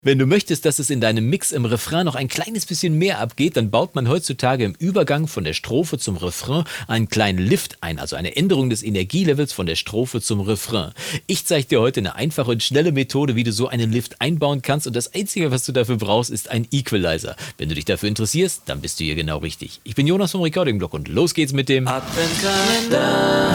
Wenn du möchtest, dass es in deinem Mix im Refrain noch ein kleines bisschen mehr abgeht, dann baut man heutzutage im Übergang von der Strophe zum Refrain einen kleinen Lift ein, also eine Änderung des Energielevels von der Strophe zum Refrain. Ich zeige dir heute eine einfache und schnelle Methode, wie du so einen Lift einbauen kannst, und das Einzige, was du dafür brauchst, ist ein Equalizer. Wenn du dich dafür interessierst, dann bist du hier genau richtig. Ich bin Jonas vom Recording Blog und los geht's mit dem Adventkalender.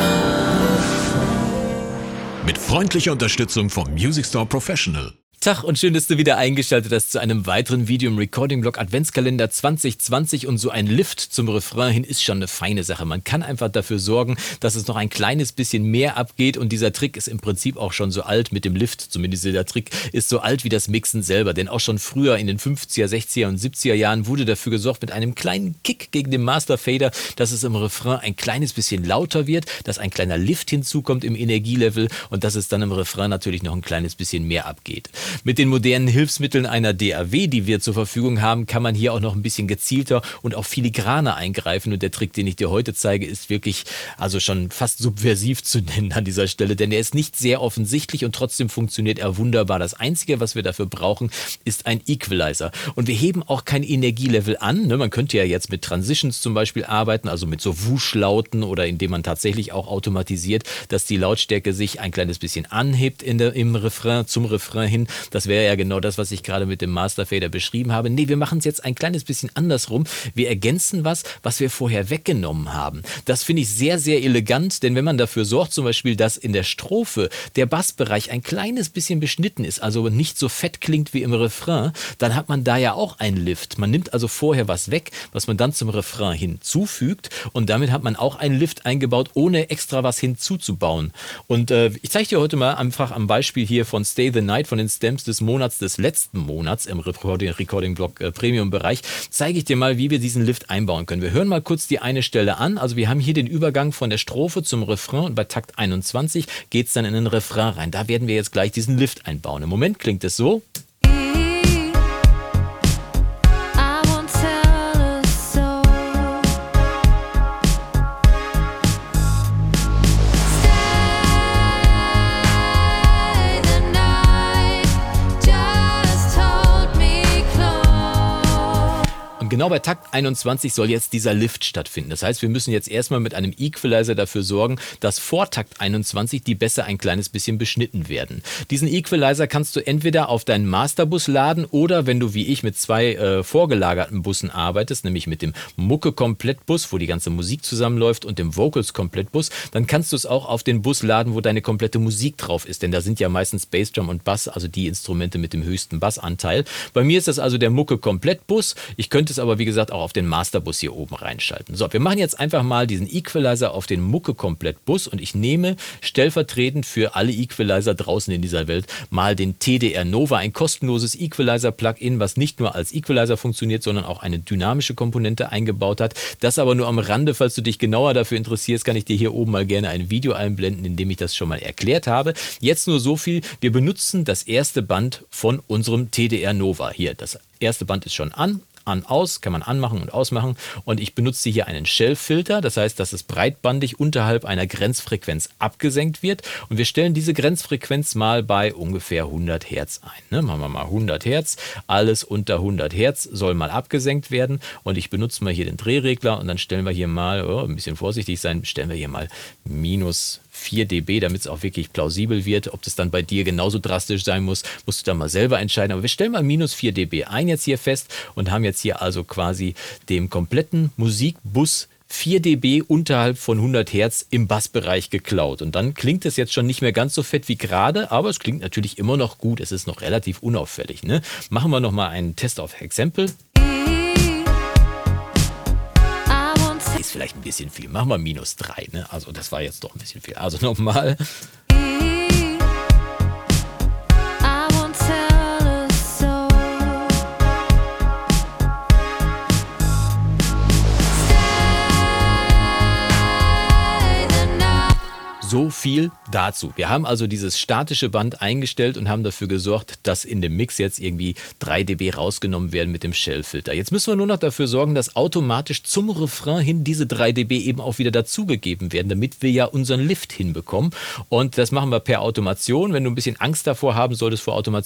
Mit freundlicher Unterstützung vom Music Store Professional. Tag und schön, dass du wieder eingeschaltet hast zu einem weiteren Video im Recording-Blog Adventskalender 2020, und so ein Lift zum Refrain hin ist schon eine feine Sache. Man kann einfach dafür sorgen, dass es noch ein kleines bisschen mehr abgeht, und dieser Trick ist im Prinzip auch schon so alt mit dem Lift, zumindest dieser Trick ist so alt wie das Mixen selber, denn auch schon früher in den 50er, 60er und 70er Jahren wurde dafür gesorgt mit einem kleinen Kick gegen den Master Fader, dass es im Refrain ein kleines bisschen lauter wird, dass ein kleiner Lift hinzukommt im Energielevel und dass es dann im Refrain natürlich noch ein kleines bisschen mehr abgeht. Mit den modernen Hilfsmitteln einer DAW, die wir zur Verfügung haben, kann man hier auch noch ein bisschen gezielter und auch filigraner eingreifen. Und der Trick, den ich dir heute zeige, ist wirklich also schon fast subversiv zu nennen an dieser Stelle, denn er ist nicht sehr offensichtlich und trotzdem funktioniert er wunderbar. Das Einzige, was wir dafür brauchen, ist ein Equalizer. Und wir heben auch kein Energielevel an. Man könnte ja jetzt mit Transitions zum Beispiel arbeiten, also mit so Wuschlauten, oder indem man tatsächlich auch automatisiert, dass die Lautstärke sich ein kleines bisschen anhebt im Refrain, zum Refrain hin. Das wäre ja genau das, was ich gerade mit dem Master Fader beschrieben habe. Nee, wir machen es jetzt ein kleines bisschen andersrum. Wir ergänzen was wir vorher weggenommen haben. Das finde ich sehr, sehr elegant, denn wenn man dafür sorgt, zum Beispiel, dass in der Strophe der Bassbereich ein kleines bisschen beschnitten ist, also nicht so fett klingt wie im Refrain, dann hat man da ja auch einen Lift. Man nimmt also vorher was weg, was man dann zum Refrain hinzufügt, und damit hat man auch einen Lift eingebaut, ohne extra was hinzuzubauen. Und ich zeige dir heute mal einfach am Beispiel hier von Stay the Night, von den Stems des Monats, des letzten Monats im Recording-Blog Premium-Bereich, zeige ich dir mal, wie wir diesen Lift einbauen können. Wir hören mal kurz die eine Stelle an. Also wir haben hier den Übergang von der Strophe zum Refrain, und bei Takt 21 geht es dann in den Refrain rein. Da werden wir jetzt gleich diesen Lift einbauen. Im Moment klingt es so. Genau bei Takt 21 soll jetzt dieser Lift stattfinden. Das heißt, wir müssen jetzt erstmal mit einem Equalizer dafür sorgen, dass vor Takt 21 die Bässe ein kleines bisschen beschnitten werden. Diesen Equalizer kannst du entweder auf deinen Masterbus laden, oder wenn du wie ich mit zwei vorgelagerten Bussen arbeitest, nämlich mit dem Mucke-Komplettbus, wo die ganze Musik zusammenläuft, und dem Vocals-Komplettbus, dann kannst du es auch auf den Bus laden, wo deine komplette Musik drauf ist, denn da sind ja meistens Bassdrum und Bass, also die Instrumente mit dem höchsten Bassanteil. Bei mir ist das also der Mucke-Komplettbus. Ich könnte es aber, wie gesagt, auch auf den Masterbus hier oben reinschalten. So, wir machen jetzt einfach mal diesen Equalizer auf den Mucke-Komplettbus, und ich nehme stellvertretend für alle Equalizer draußen in dieser Welt mal den TDR Nova, ein kostenloses Equalizer-Plugin, was nicht nur als Equalizer funktioniert, sondern auch eine dynamische Komponente eingebaut hat. Das aber nur am Rande. Falls du dich genauer dafür interessierst, kann ich dir hier oben mal gerne ein Video einblenden, in dem ich das schon mal erklärt habe. Jetzt nur so viel: Wir benutzen das erste Band von unserem TDR Nova. Hier, das erste Band ist schon an, aus, kann man anmachen und ausmachen, und ich benutze hier einen Shell-Filter, das heißt, dass es breitbandig unterhalb einer Grenzfrequenz abgesenkt wird, und wir stellen diese Grenzfrequenz mal bei ungefähr 100 Hertz ein. Machen wir mal 100 Hertz, alles unter 100 Hertz soll mal abgesenkt werden, und ich benutze mal hier den Drehregler, und dann stellen wir hier mal, ein bisschen vorsichtig sein, stellen wir hier mal minus 4 dB, damit es auch wirklich plausibel wird. Ob das dann bei dir genauso drastisch sein muss, musst du dann mal selber entscheiden. Aber wir stellen mal minus 4 dB ein jetzt hier fest und haben jetzt hier also quasi dem kompletten Musikbus 4 dB unterhalb von 100 Hertz im Bassbereich geklaut. Und dann klingt es jetzt schon nicht mehr ganz so fett wie gerade, aber es klingt natürlich immer noch gut. Es ist noch relativ unauffällig. Machen wir nochmal einen Test auf Exempel. Ist vielleicht ein bisschen viel. Machen wir minus 3. Also das war jetzt doch ein bisschen viel. Also nochmal. So viel dazu. Wir haben also dieses statische Band eingestellt und haben dafür gesorgt, dass in dem Mix jetzt irgendwie 3 dB rausgenommen werden mit dem Shell-Filter. Jetzt müssen wir nur noch dafür sorgen, dass automatisch zum Refrain hin diese 3 dB eben auch wieder dazugegeben werden, damit wir ja unseren Lift hinbekommen. Und das machen wir per Automation. Wenn du ein bisschen Angst davor haben solltest vor Automation,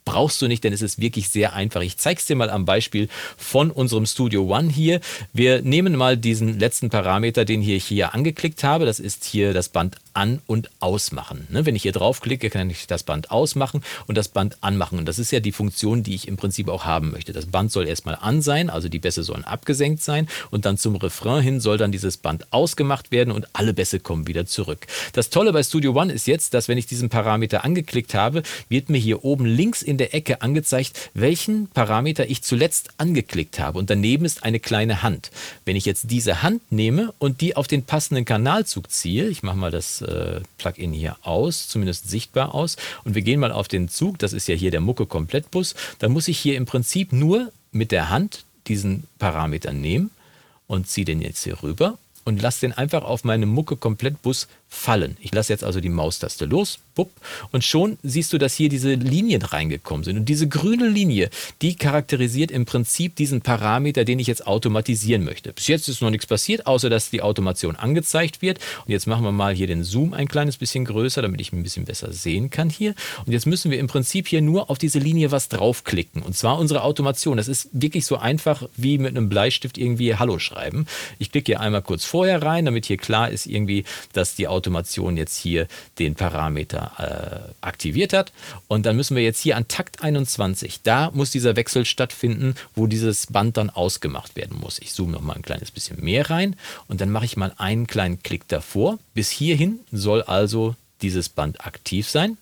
brauchst du nicht, denn es ist wirklich sehr einfach. Ich zeige es dir mal am Beispiel von unserem Studio One hier. Wir nehmen mal diesen letzten Parameter, den ich hier angeklickt habe. Das ist hier das Band an- und ausmachen. Wenn ich hier draufklicke, kann ich das Band ausmachen und das Band anmachen. Und das ist ja die Funktion, die ich im Prinzip auch haben möchte. Das Band soll erstmal an sein, also die Bässe sollen abgesenkt sein und dann zum Refrain hin soll dann dieses Band ausgemacht werden und alle Bässe kommen wieder zurück. Das Tolle bei Studio One ist jetzt, dass wenn ich diesen Parameter angeklickt habe, wird mir hier oben links in der Ecke angezeigt, welchen Parameter ich zuletzt angeklickt habe. Und daneben ist eine kleine Hand. Wenn ich jetzt diese Hand nehme und die auf den passenden Kanalzug ziehe, ich mache mal das Plugin hier aus, zumindest sichtbar aus, und wir gehen mal auf den Zug, das ist ja hier der Mucke-Komplettbus, dann muss ich hier im Prinzip nur mit der Hand diesen Parameter nehmen und ziehe den jetzt hier rüber und lasse den einfach auf meinem Mucke-Komplettbus fallen. Ich lasse jetzt also die Maustaste los, bupp, und schon siehst du, dass hier diese Linien reingekommen sind. Und diese grüne Linie, die charakterisiert im Prinzip diesen Parameter, den ich jetzt automatisieren möchte. Bis jetzt ist noch nichts passiert, außer dass die Automation angezeigt wird. Und jetzt machen wir mal hier den Zoom ein kleines bisschen größer, damit ich ein bisschen besser sehen kann hier. Und jetzt müssen wir im Prinzip hier nur auf diese Linie was draufklicken. Und zwar unsere Automation. Das ist wirklich so einfach wie mit einem Bleistift irgendwie Hallo schreiben. Ich klicke hier einmal kurz vorher rein, damit hier klar ist irgendwie, dass die Automation jetzt hier den Parameter aktiviert hat. Und dann müssen wir jetzt hier an Takt 21, da muss dieser Wechsel stattfinden, wo dieses Band dann ausgemacht werden muss. Ich zoome noch mal ein kleines bisschen mehr rein und dann mache ich mal einen kleinen Klick davor. Bis hierhin soll also dieses Band aktiv sein.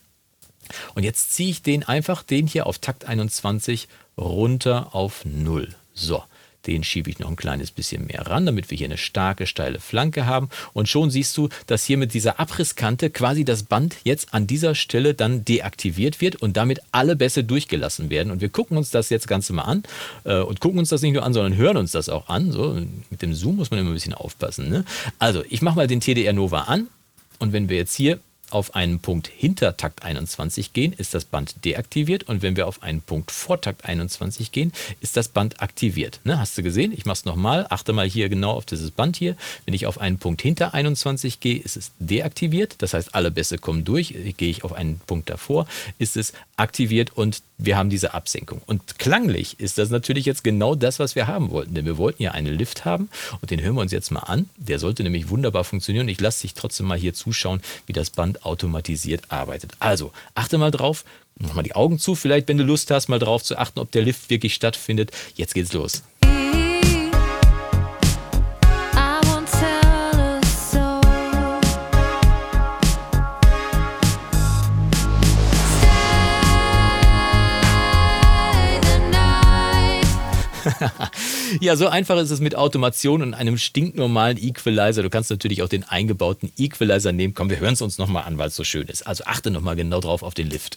Und jetzt ziehe ich den hier auf Takt 21 runter auf 0. So. Den schiebe ich noch ein kleines bisschen mehr ran, damit wir hier eine starke, steile Flanke haben. Und schon siehst du, dass hier mit dieser Abrisskante quasi das Band jetzt an dieser Stelle dann deaktiviert wird und damit alle Bässe durchgelassen werden. Und wir gucken uns das jetzt Ganze mal an und gucken uns das nicht nur an, sondern hören uns das auch an. So, mit dem Zoom muss man immer ein bisschen aufpassen, ne? Also, ich mache mal den TDR Nova an und wenn wir jetzt hier auf einen Punkt hinter Takt 21 gehen, ist das Band deaktiviert und wenn wir auf einen Punkt vor Takt 21 gehen, ist das Band aktiviert. Ne, hast du gesehen? Ich mache es nochmal. Achte mal hier genau auf dieses Band hier. Wenn ich auf einen Punkt hinter 21 gehe, ist es deaktiviert. Das heißt, alle Bässe kommen durch. Gehe ich auf einen Punkt davor, ist es aktiviert und wir haben diese Absenkung. Und klanglich ist das natürlich jetzt genau das, was wir haben wollten. Denn wir wollten ja einen Lift haben und den hören wir uns jetzt mal an. Der sollte nämlich wunderbar funktionieren. Ich lasse dich trotzdem mal hier zuschauen, wie das Band automatisiert arbeitet. Also, achte mal drauf, mach mal die Augen zu, vielleicht, wenn du Lust hast, mal drauf zu achten, ob der Lift wirklich stattfindet. Jetzt geht's los. Ja, so einfach ist es mit Automation und einem stinknormalen Equalizer. Du kannst natürlich auch den eingebauten Equalizer nehmen. Komm, wir hören es uns nochmal an, weil es so schön ist. Also achte nochmal genau drauf auf den Lift.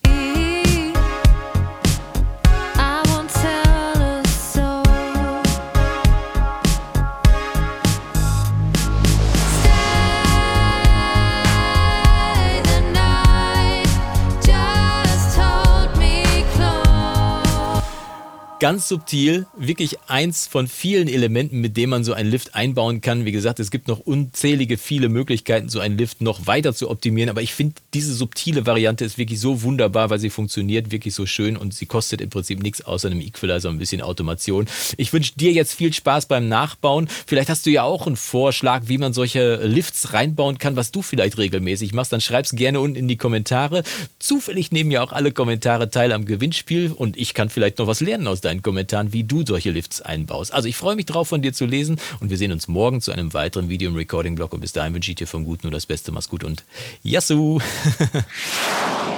Ganz subtil, wirklich eins von vielen Elementen, mit dem man so einen Lift einbauen kann. Wie gesagt, es gibt noch unzählige viele Möglichkeiten, so einen Lift noch weiter zu optimieren. Aber ich finde, diese subtile Variante ist wirklich so wunderbar, weil sie funktioniert wirklich so schön und sie kostet im Prinzip nichts außer einem Equalizer und ein bisschen Automation. Ich wünsche dir jetzt viel Spaß beim Nachbauen. Vielleicht hast du ja auch einen Vorschlag, wie man solche Lifts reinbauen kann, was du vielleicht regelmäßig machst. Dann schreib's gerne unten in die Kommentare. Zufällig nehmen ja auch alle Kommentare teil am Gewinnspiel und ich kann vielleicht noch was lernen aus deinen Kommentaren, wie du solche Lifts einbaust. Also ich freue mich drauf, von dir zu lesen und wir sehen uns morgen zu einem weiteren Video im Recording-Blog und bis dahin wünsche ich dir vom Guten nur das Beste. Mach's gut und Yassou!